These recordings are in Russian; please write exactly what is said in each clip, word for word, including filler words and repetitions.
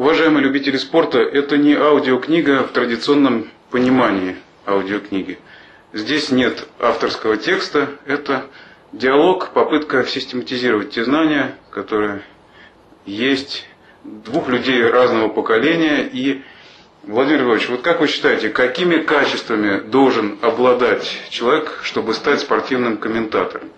Уважаемые любители спорта, это не аудиокнига в традиционном понимании аудиокниги. Здесь нет авторского текста, это диалог, попытка систематизировать те знания, которые есть двух людей разного поколения. И, Владимир Львович, вот как вы считаете, какими качествами должен обладать человек, чтобы стать спортивным комментатором?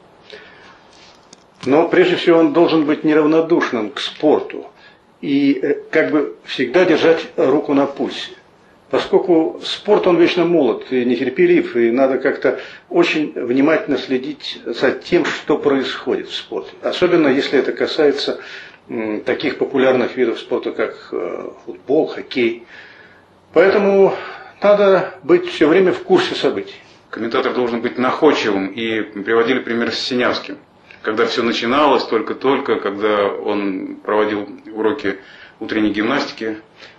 Но прежде всего он должен быть неравнодушным к спорту и как бы всегда держать руку на пульсе. Поскольку спорт, он вечно молод и нетерпелив, и надо как-то очень внимательно следить за тем, что происходит в спорте. Особенно если это касается м, таких популярных видов спорта, как э, футбол, хоккей. Поэтому надо быть все время в курсе событий. Комментатор должен быть находчивым, и приводили пример с Синявским. Когда все начиналось только-только, когда он проводил уроки утренней гимнастики.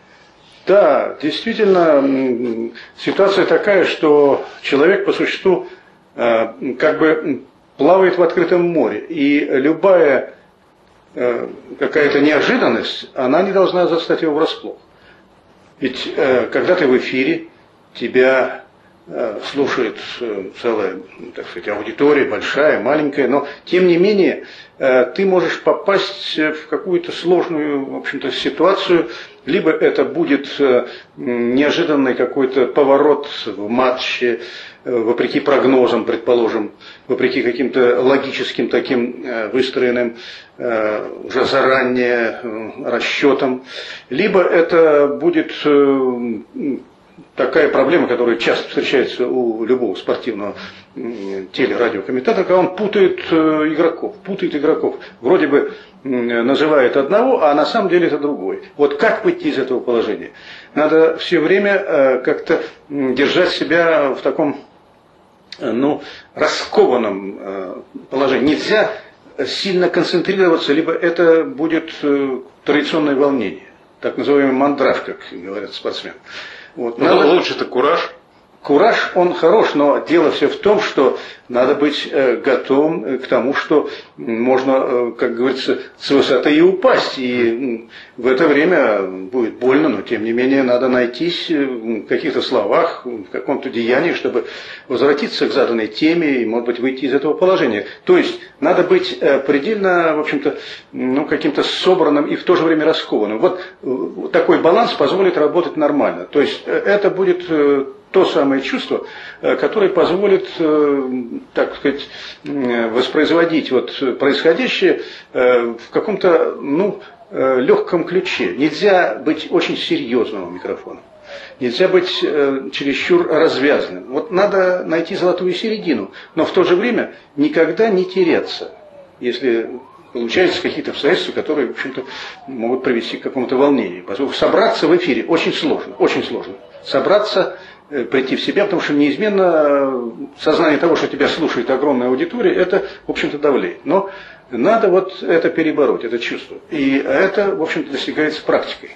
Да, действительно, ситуация такая, что человек по существу э, как бы плавает в открытом море. И любая э, какая-то неожиданность, она не должна застать его врасплох. Ведь э, когда ты в эфире, тебя э, слушает э, целая, так сказать, аудитория, большая, маленькая, но тем не менее э, ты можешь попасть в какую-то сложную, в общем-то, ситуацию. Либо это будет неожиданный какой-то поворот в матче, вопреки прогнозам, предположим, вопреки каким-то логическим таким выстроенным уже заранее расчетам. Либо это будет такая проблема, которая часто встречается у любого спортивного телерадиокомментатора, когда он путает игроков, путает игроков. Вроде бы называет одного, а на самом деле это другой. Вот как выйти из этого положения? Надо все время как-то держать себя в таком, ну, раскованном положении. Нельзя сильно концентрироваться, либо это будет традиционное волнение, так называемый мандраж, как говорят спортсмены. Вот. Надо... Лучше-то кураж. Кураж, он хорош, но дело все в том, что надо быть э, готовым к тому, что можно, э, как говорится, с высоты и упасть. И э, в это время будет больно, но тем не менее надо найтись в каких-то словах, в каком-то деянии, чтобы возвратиться к заданной теме и, может быть, выйти из этого положения. То есть надо быть э, предельно, в общем-то, ну, каким-то собранным и в то же время раскованным. Вот э, такой баланс позволит работать нормально. То есть э, это будет... Э, то самое чувство, которое позволит, так сказать, воспроизводить вот происходящее в каком-то, ну, легком ключе. Нельзя быть очень серьезным у микрофона. Нельзя быть чересчур развязанным. Вот надо найти золотую середину, но в то же время никогда не теряться, если получаются какие-то обстоятельства, которые, в общем-то, могут привести к какому-то волнению. Поскольку собраться в эфире очень сложно, очень сложно. Собраться, прийти в себя, потому что неизменно сознание того, что тебя слушает огромная аудитория, это, в общем-то, давлеет. Но надо вот это перебороть, это чувство. И это, в общем-то, достигается практикой.